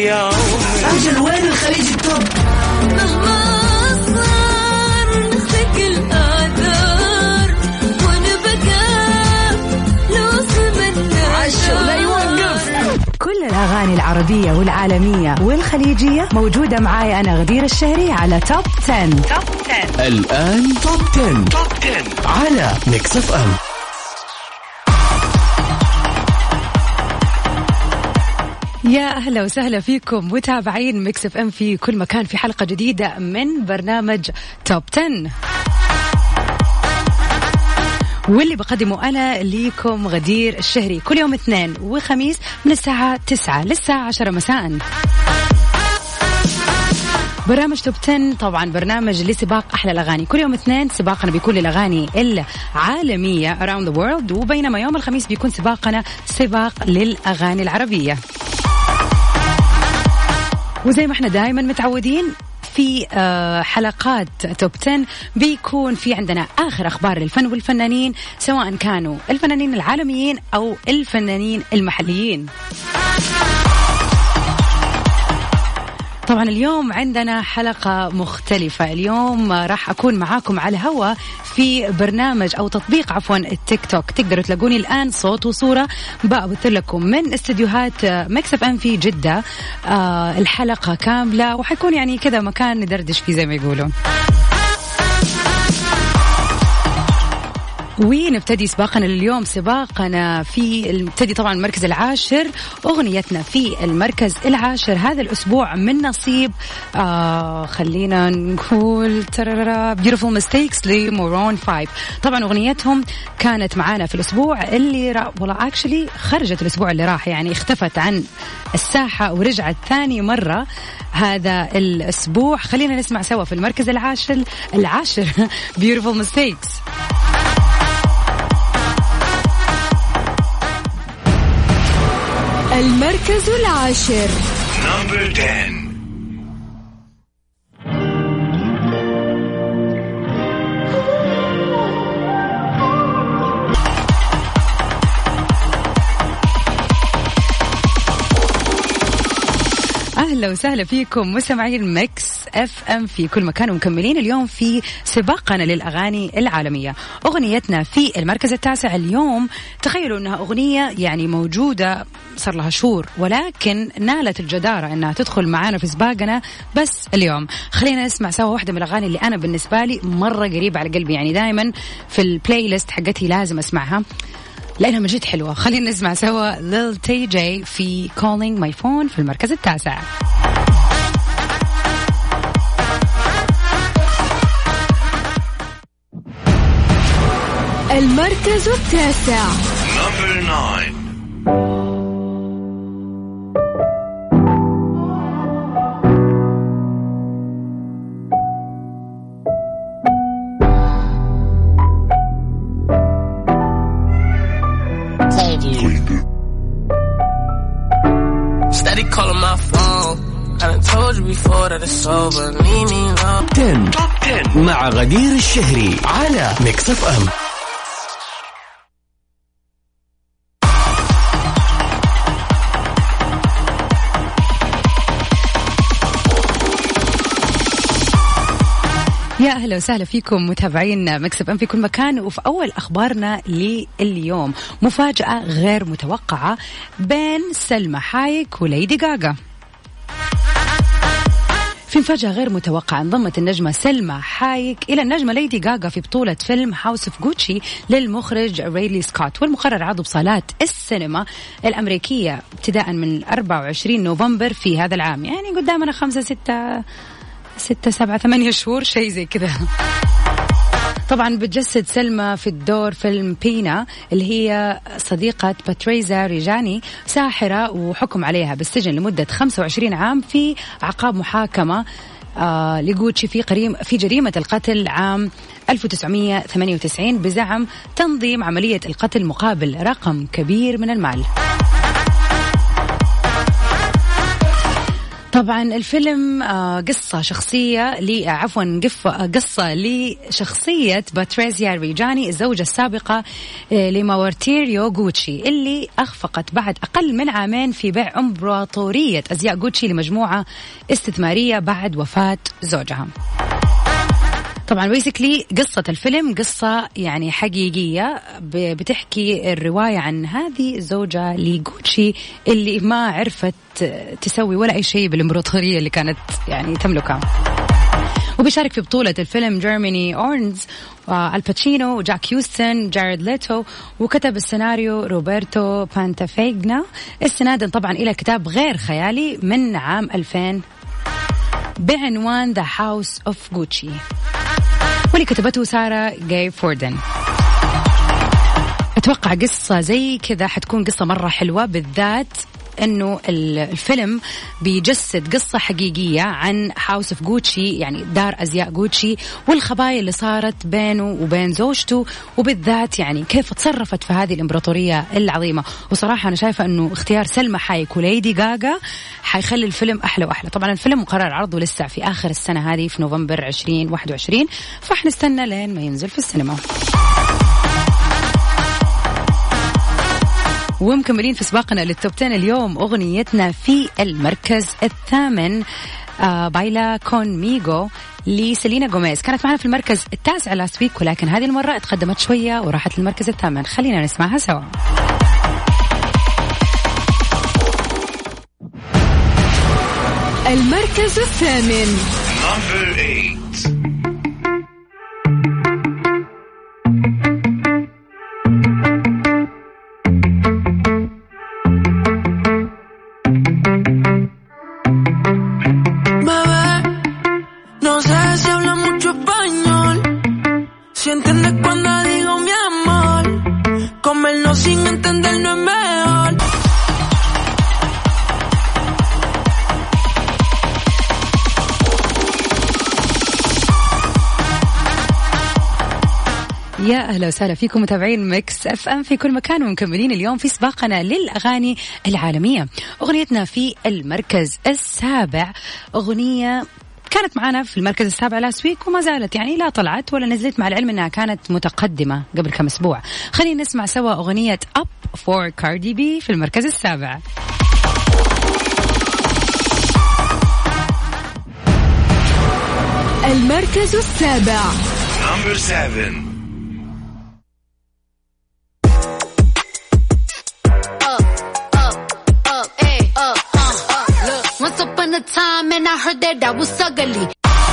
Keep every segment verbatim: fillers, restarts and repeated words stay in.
يا عمري. أجل وين الخليج التوب؟ مهما صار نختك الآثار ونبقى نوصل من عالشغل لا يوقف. كل الأغاني العربية والعالمية والخليجية موجودة معاي أنا غدير الشهري على توب عشرة. توب عشرة الآن توب عشرة. توب عشرة على ميكس اف ام. يا أهلا وسهلا فيكم متابعين ميكس اف ام في كل مكان في حلقة جديدة من برنامج توب عشرة، واللي بقدمه أنا ليكم غدير الشهري كل يوم اثنين وخميس من الساعة تسعة للساعة عشرة مساء. برنامج توب عشرة طبعا برنامج لسباق أحلى الأغاني. كل يوم اثنين سباقنا بيكون للأغاني العالمية around the world، وبينما يوم الخميس بيكون سباقنا سباق للأغاني العربية. وزي ما احنا دائما متعودين في حلقات توب عشرة بيكون في عندنا آخر أخبار الفن والفنانين، سواء كانوا الفنانين العالميين أو الفنانين المحليين. طبعا اليوم عندنا حلقة مختلفة. اليوم راح أكون معاكم على الهواء في برنامج أو تطبيق عفوا التيك توك. تقدروا تلاقوني الآن صوت وصورة بأبث لكم من استديوهات ميكس اف ام في جدة. آه الحلقة كاملة وحيكون يعني كذا مكان ندردش فيه زي ما يقولون. ونبتدي سباقنا لليوم. سباقنا في نبتدي طبعا المركز العاشر. أغنيتنا في المركز العاشر هذا الأسبوع من نصيب آه خلينا نقول ترى Beautiful Mistakes لمورون فايف. طبعا أغنيتهم كانت معانا في الأسبوع اللي را... والله actually خرجت الأسبوع اللي راح، يعني اختفت عن الساحة ورجعت ثاني مرة هذا الأسبوع. خلينا نسمع سوا في المركز العاشر العاشر Beautiful Mistakes. المركز العاشر نمبر عشرة. أهلا وسهلا فيكم مستمعين ميكس اف ام في كل مكان، ومكملين اليوم في سباقنا للأغاني العالمية. أغنيتنا في المركز التاسع اليوم، تخيلوا أنها أغنية يعني موجودة صار لها شهور، ولكن نالت الجدارة أنها تدخل معانا في سباقنا بس اليوم. خلينا نسمع سوا واحدة من الأغاني اللي أنا بالنسبة لي مرة قريبة على قلبي، يعني دائما في البلاي ليست حقتي لازم أسمعها لأنها من جد حلوة. خلينا نسمع سوا ليل تي جي في Calling My Phone في المركز التاسع. المركز التاسع نمبر تسعة. Steady calling my phone. I done told you before that it's over. Leave me alone. توب عشرة مع غدير الشهري على ميكس اف ام. يا أهلا وسهلا فيكم متابعين ميكس اف ام في كل مكان. وفي أول أخبارنا لليوم مفاجأة غير متوقعة بين سلمى حايك وليدي غاغا. في مفاجأة غير متوقعة، انضمت النجمة سلمى حايك إلى النجمة ليدي غاغا في بطولة فيلم هاوس اوف غوتشي للمخرج ريلي سكوت، والمقرر عرضه بصالات السينما الأمريكية ابتداء من أربعة وعشرين نوفمبر في هذا العام. يعني قدامنا خمسة ستة ستة سبعة ثمانية شهور شيء زي كذا. طبعا بتجسد سلمى في الدور فيلم بينا اللي هي صديقة باتريزا ريجاني، ساحرة وحكم عليها بالسجن لمدة خمسة وعشرين عام في أعقاب محاكمة آه لغوتشي في قريم في جريمة القتل عام ألف وتسعمية ثمانية وتسعين بزعم تنظيم عملية القتل مقابل رقم كبير من المال. طبعا الفيلم قصة شخصية لي عفوا قصة لشخصية باتريزيا ريجاني الزوجة السابقة لماورتيريو غوتشي اللي أخفقت بعد أقل من عامين في بيع إمبراطورية أزياء غوتشي لمجموعة استثمارية بعد وفاة زوجها. طبعا بيسكلي قصة الفيلم قصة يعني حقيقية بتحكي الرواية عن هذه الزوجة لغوتشي اللي ما عرفت تسوي ولا أي شيء بالإمبراطورية اللي كانت يعني تملكها. وبيشارك في بطولة الفيلم جيرمي أورنز، الباتشينو، جاك هيوستن، جاريد ليتو، وكتب السيناريو روبرتو بانتافيغنا استنادا طبعا إلى كتاب غير خيالي من عام ألفين بعنوان The House of Gucci واللي كتبته سارة جاي فوردن. أتوقع قصة زي كذا حتكون قصة مرة حلوة، بالذات أنه الفيلم بيجسد قصة حقيقية عن هاوس اوف غوتشي، يعني دار أزياء غوتشي، والخبايا اللي صارت بينه وبين زوجته، وبالذات يعني كيف تصرفت في هذه الإمبراطورية العظيمة. وصراحة أنا شايفة أنه اختيار سلمى حايك وليدي غاغا حيخلي الفيلم أحلى وأحلى. طبعا الفيلم مقرر عرضه لسه في آخر السنة هذه في نوفمبر عشرين واحد وعشرين، فحنستنى لين ما ينزل في السينما. ومكملين في سباقنا للتوب عشرة اليوم. أغنيتنا في المركز الثامن آه بايلا كون ميغو لسيلينا غوميز، كانت معنا في المركز التاسع لاست ويك، ولكن هذه المرة اتقدمت شوية وراحت للمركز الثامن. خلينا نسمعها سوا. المركز الثامن. يا أهلا وسهلا فيكم متابعين ميكس اف ام في كل مكان، ومكملين اليوم في سباقنا للأغاني العالمية. أغنيتنا في المركز السابع أغنية كانت معنا في المركز السابع لاست ويك وما زالت يعني لا طلعت ولا نزلت، مع العلم أنها كانت متقدمة قبل كم أسبوع. خلينا نسمع سوا أغنية Up for Cardi B في المركز السابع. المركز السابع. Number seven. The time and I heard that I was ugly.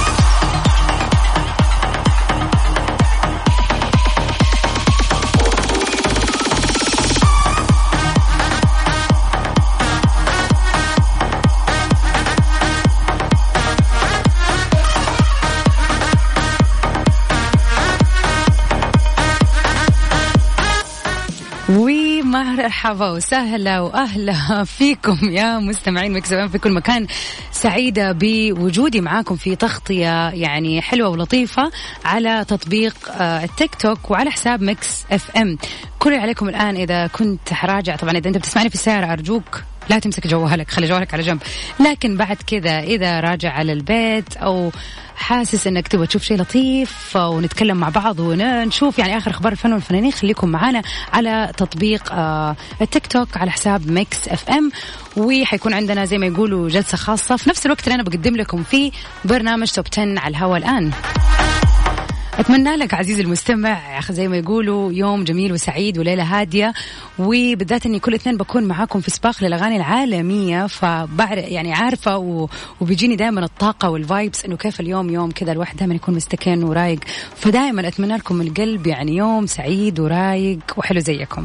مرحبا وسهلا وأهلا فيكم يا مستمعين ميكس اف ام في كل مكان. سعيدة بوجودي معاكم في تغطية يعني حلوة ولطيفة على تطبيق التيك توك وعلى حساب ميكس اف ام. كل اللي عليكم الآن إذا كنت حراجع، طبعا إذا أنت بتسمعني في السيارة أرجوك لا تمسك جوالك، خلي جوالك على جنب، لكن بعد كذا إذا راجع على البيت أو حاسس انك تبغى تشوف شيء لطيف ونتكلم مع بعض ونشوف يعني اخر اخبار الفن والفنانين، خليكم معنا على تطبيق آه التيك توك على حساب ميكس اف ام، وحيكون عندنا زي ما يقولوا جلسة خاصة في نفس الوقت اللي انا بقدم لكم فيه برنامج توب عشرة على الهواء الان. أتمنى لك عزيزي المستمع زي ما يقولوا يوم جميل وسعيد وليلة هادية، وبالذات أني كل اثنين بكون معاكم في سباق للأغاني العالمية، فبعرف يعني عارفة وبيجيني دائما الطاقة والفايبس أنه كيف اليوم يوم كذا الواحد دائما يكون مستكن ورايق، فدائما أتمنى لكم من القلب يعني يوم سعيد ورايق وحلو زيكم.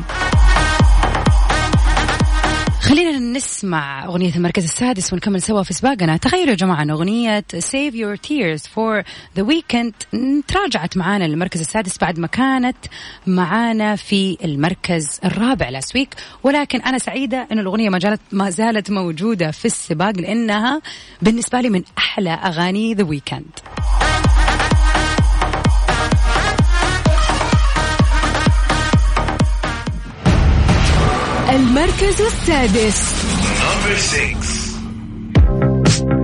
خلينا نسمع أغنية المركز السادس ونكمل سوا في سباقنا. تخيلوا يا جماعة أن أغنية Save Your Tears for the Weekend تراجعت معانا للمركز السادس بعد ما كانت معانا في المركز الرابع لاست ويك، ولكن أنا سعيدة أن الأغنية ما, جالت ما زالت موجودة في السباق لأنها بالنسبة لي من أحلى أغاني The Weekend. المركز السادس. Number six.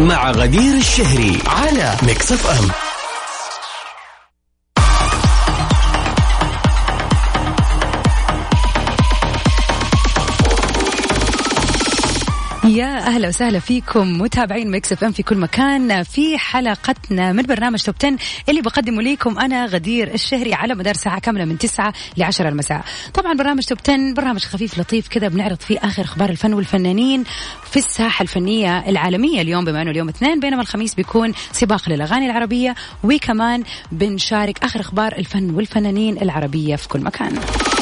مع غدير الشهري على ميكس اف ام. يا أهلا وسهلا فيكم متابعين ميكس اف ام في كل مكان في حلقتنا من برنامج توب عشرة اللي بقدمه لكم أنا غدير الشهري على مدار ساعة كاملة من تسعة لعشرة المساء. طبعا برنامج توب عشرة برنامج خفيف لطيف كذا بنعرض فيه آخر أخبار الفن والفنانين في الساحة الفنية العالمية اليوم، بما أنه اليوم اثنين، بينما الخميس بيكون سباق للأغاني العربية، وكمان بنشارك آخر أخبار الفن والفنانين العربية في كل مكان.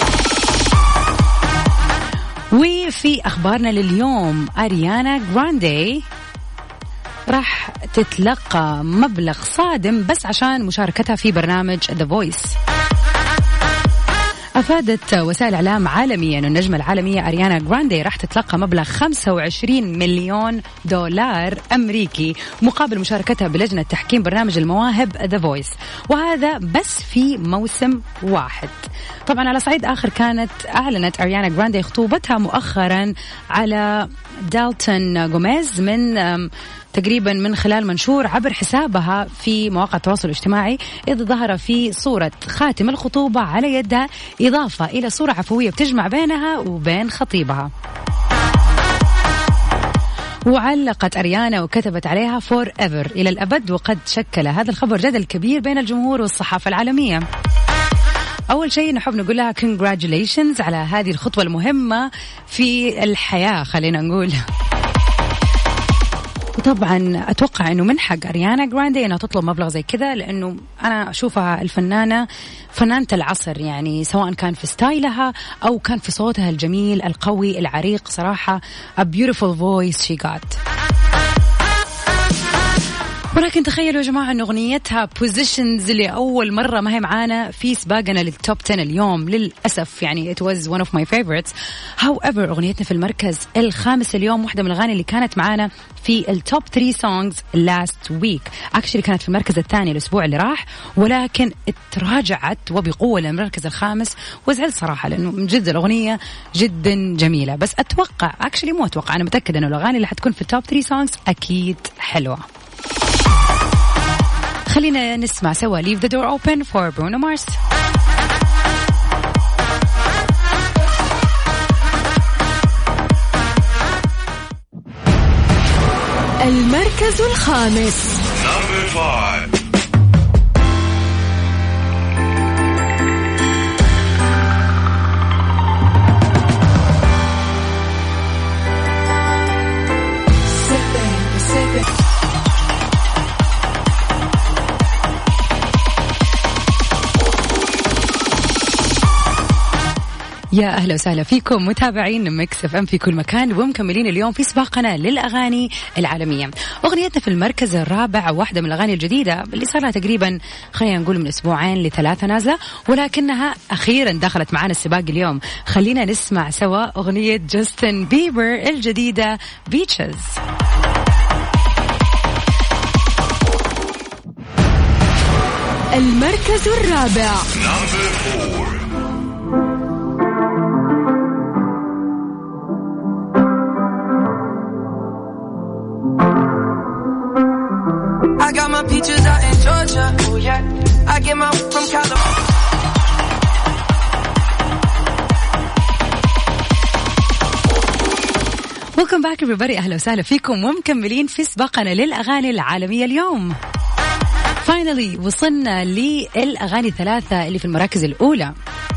وفي أخبارنا لليوم أريانا غراندي راح تتلقى مبلغ صادم بس عشان مشاركتها في برنامج The Voice. أفادت وسائل إعلام عالمية أن النجمة العالمية أريانا غراندي راح تتلقى مبلغ خمسة وعشرين مليون دولار أمريكي مقابل مشاركتها بلجنة تحكيم برنامج المواهب The Voice، وهذا بس في موسم واحد. طبعا على صعيد آخر كانت أعلنت أريانا غراندي خطوبتها مؤخرا على دالتون غوميز من تقريبا من خلال منشور عبر حسابها في مواقع التواصل الاجتماعي، إذ ظهر في صورة خاتم الخطوبة على يدها إضافة إلى صورة عفوية بتجمع بينها وبين خطيبها. وعلقت أريانا وكتبت عليها forever إلى الأبد، وقد شكل هذا الخبر جدل كبير بين الجمهور والصحافة العالمية. أول شيء نحب نقول لها congratulations على هذه الخطوة المهمة في الحياة، خلينا نقول. وطبعا أتوقع أنه من حق أريانا غراندي أنها تطلب مبلغ زي كذا، لأنه أنا أشوفها الفنانة فنانة العصر، يعني سواء كان في ستايلها أو كان في صوتها الجميل القوي العريق. صراحة a beautiful voice she got. ولكن تخيلوا يا جماعة أن أغنيتها Positions لأول مرة ما هي معانا في سباقنا للتوب عشرة اليوم للأسف، يعني it was one of my favorites. however أغنيتنا في المركز الخامس اليوم، واحدة من الأغاني اللي كانت معانا في التوب ثلاثة songs last week. actually كانت في المركز الثاني الأسبوع اللي راح، ولكن اتراجعت وبقوة للمركز الخامس، وزعلت صراحة لأنه من جد الأغنية جدا جميلة. بس أتوقع actually مو أتوقع أنا متأكدة أنه الأغاني اللي حتكون في التوب ثلاثة songs أكيد حلوة. خلينا نسمع سوا Leave the Door Open for Bruno Mars. المركز الخامس. Number five. يا أهلا وسهلا فيكم متابعين ميكس اف ام في كل مكان، ومكملين اليوم في سباقنا للأغاني العالمية. أغنيتنا في المركز الرابع، واحدة من الأغاني الجديدة اللي صار لها تقريبا خلينا نقول من أسبوعين لثلاثة نازلة، ولكنها أخيرا دخلت معنا السباق اليوم. خلينا نسمع سوا أغنية جاستن بيبر الجديدة بيتشز. المركز الرابع. I got my peaches out in Georgia. Oh yeah. I get my from California. Welcome back everybody. أهلا وسهلا فيكم ومكملين في سباقنا للأغاني العالمية اليوم. Finally وصلنا للأغاني الثلاثة اللي في المراكز الأولى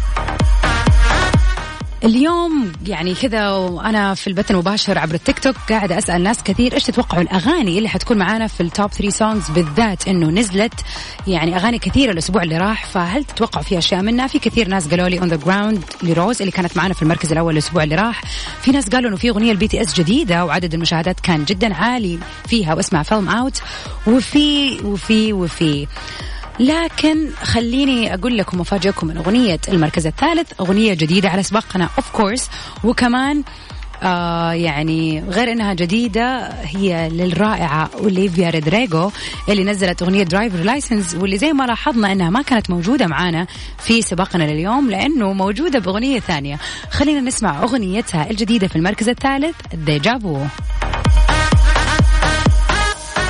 اليوم. يعني كذا وأنا في البث المباشر عبر التيك توك قاعدة أسأل ناس كثير إيش تتوقعوا الأغاني اللي حتكون معانا في التوب ثلاثة سونجز، بالذات إنه نزلت يعني أغاني كثيرة الأسبوع اللي راح، فهل تتوقعوا فيها أشياء منها؟ في كثير ناس قالوا لي On the Ground لروز اللي كانت معانا في المركز الأول الأسبوع اللي راح. في ناس قالوا إنه في أغنية البي تي اس جديدة وعدد المشاهدات كان جدا عالي فيها واسمها فيلم أوت، وفي وفي وفي لكن خليني أقول لكم وأفاجئكم من أغنية المركز الثالث، أغنية جديدة على سباقنا of course، وكمان آه يعني غير أنها جديدة هي للرائعة أوليفيا رودريغو اللي نزلت أغنية درايفر لايسنس، واللي زي ما لاحظنا أنها ما كانت موجودة معنا في سباقنا لليوم لأنه موجودة بأغنية ثانية. خلينا نسمع أغنيتها الجديدة في المركز الثالث ديجافو.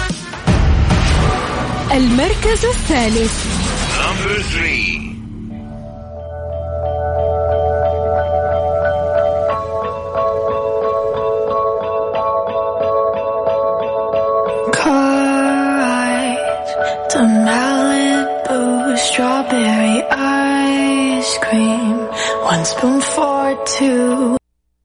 المركز الثالث. Number three. The Malibu strawberry ice cream, one spoon for two.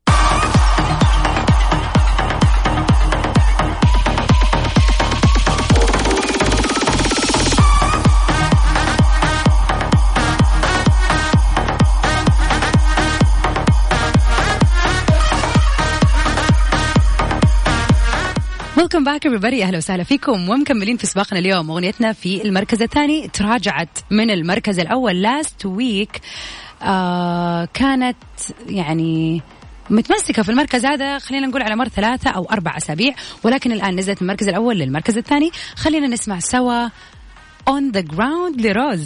Welcome back everybody. أهلا وسهلا فيكم ومكملين في سباقنا اليوم. أغنيتنا في المركز الثاني تراجعت من المركز الأول last week. آه كانت يعني متمسكة في المركز هذا خلينا نقول على مر ثلاثة أو أربع أسابيع، ولكن الآن نزلت من المركز الأول للمركز الثاني. خلينا نسمع سوا On the Ground لروز.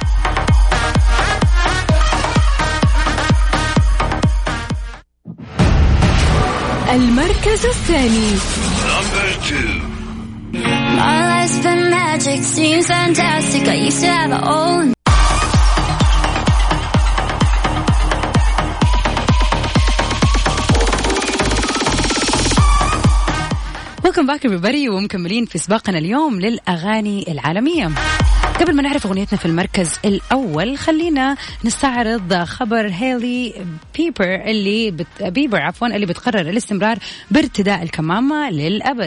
المركز الثاني. Number two. My life's been magic, seems fantastic. I used to have a own. Welcome back everybody ومكملين في سباقنا اليوم للأغاني العالمية. قبل ما نعرف أغنيتنا في المركز الأول خلينا نستعرض خبر هيلي بيبر اللي بت... بيبر عفوا اللي بتقرر الاستمرار بارتداء الكمامة للأبد.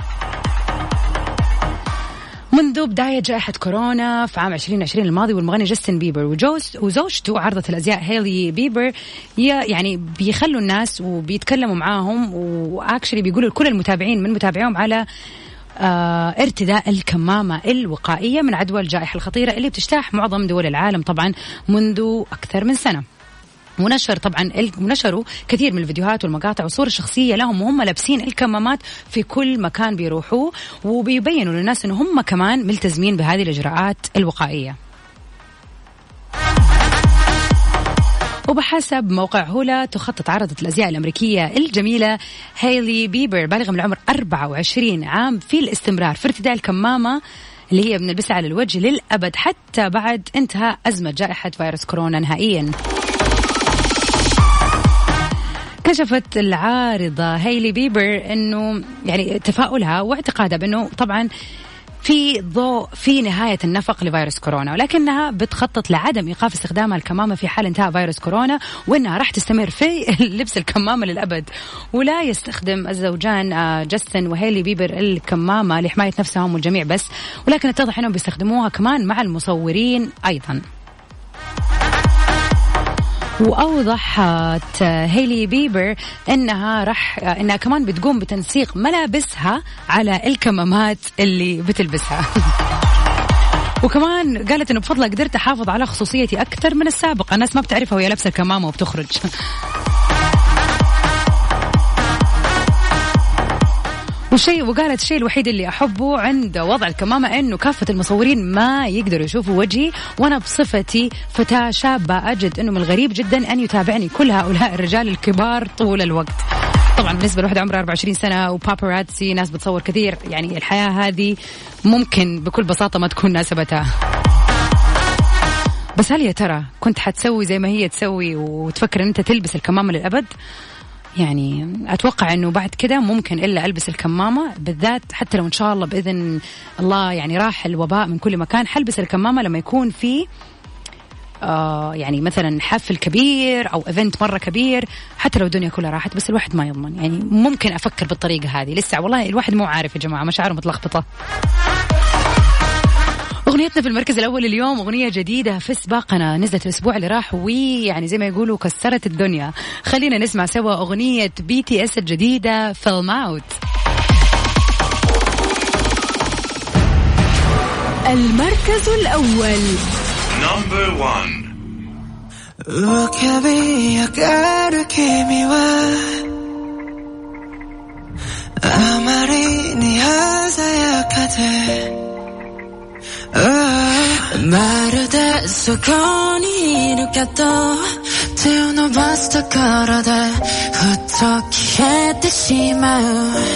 منذ بداية جائحة كورونا في عام عشرين عشرين الماضي، والمغني جاستن بيبر وجوز وزوجته عرضة الأزياء هيلي بيبر يعني بيخلوا الناس وبيتكلموا معاهم وأكشلي بيقولوا لكل المتابعين من متابعيهم على آه ارتداء الكمامة الوقائية من عدوى الجائحة الخطيرة اللي بتجتاح معظم دول العالم طبعا منذ أكثر من سنة. ونشر طبعا ونشروا كثير من الفيديوهات والمقاطع وصور شخصية لهم وهم لابسين الكمامات في كل مكان بيروحوه، وبيبينوا للناس أنه هم كمان ملتزمين بهذه الإجراءات الوقائية. وبحسب موقع هولا تخطط عرضة الأزياء الأمريكية الجميلة هيلي بيبر بالغة من العمر أربعة وعشرين عام في الاستمرار في ارتداء الكمامة اللي هي بنلبسها على الوجه للأبد حتى بعد انتهاء أزمة جائحة فيروس كورونا نهائيا. كشفت العارضة هيلي بيبر أنه يعني تفاؤلها واعتقادها بأنه طبعا في ضوء في نهاية النفق لفيروس كورونا، ولكنها بتخطط لعدم إيقاف استخدامها الكمامة في حال انتهاء فيروس كورونا، وإنها راح تستمر في لبس الكمامة للأبد. ولا يستخدم الزوجان جاستن وهيلي بيبر الكمامة لحماية نفسهم والجميع بس، ولكن اتضح أنهم بيستخدموها كمان مع المصورين أيضا. وأوضحت هيلي بيبر إنها رح إنها كمان بتقوم بتنسيق ملابسها على الكمامات اللي بتلبسها. وكمان قالت إنه بفضلها قدرت أحافظ على خصوصيتي أكثر من السابق، الناس ما بتعرفها وهي لابسة الكمامة وبتخرج. والشيء وقالت الشيء الوحيد اللي أحبه عند وضع الكمامة إنه كافة المصورين ما يقدروا يشوفوا وجهي، وأنا بصفتي فتاة شابة أجد إنه من الغريب جدا أن يتابعني كل هؤلاء الرجال الكبار طول الوقت. طبعا بالنسبة لواحدة عمرها أربعة وعشرين سنة وباباراتسي ناس بتصور كثير، يعني الحياة هذه ممكن بكل بساطة ما تكون ناسبتها. بس هل يا ترى كنت حتسوي زي ما هي تسوي وتفكر أن أنت تلبس الكمامة للأبد؟ يعني أتوقع أنه بعد كده ممكن إلا ألبس الكمامة، بالذات حتى لو إن شاء الله بإذن الله يعني راح الوباء من كل مكان، حلبس الكمامة لما يكون في آه يعني مثلا حفل كبير أو إيفنت مرة كبير، حتى لو الدنيا كلها راحت بس الواحد ما يضمن. يعني ممكن أفكر بالطريقة هذه لسه، والله الواحد مو عارف يا جماعة، مشاعره متلخبطة. أغنيتنا في المركز الأول اليوم أغنية جديدة في سباقنا، نزلت الأسبوع اللي راح ويعني زي ما يقولوا كسرت الدنيا. خلينا نسمع سوا أغنية بي تي اس الجديدة فيلم أوت. المركز الأول. Number one. 말을 대서 거니 이렇게도 태어나 봤다 걸어다 어떻게 했듯이 마음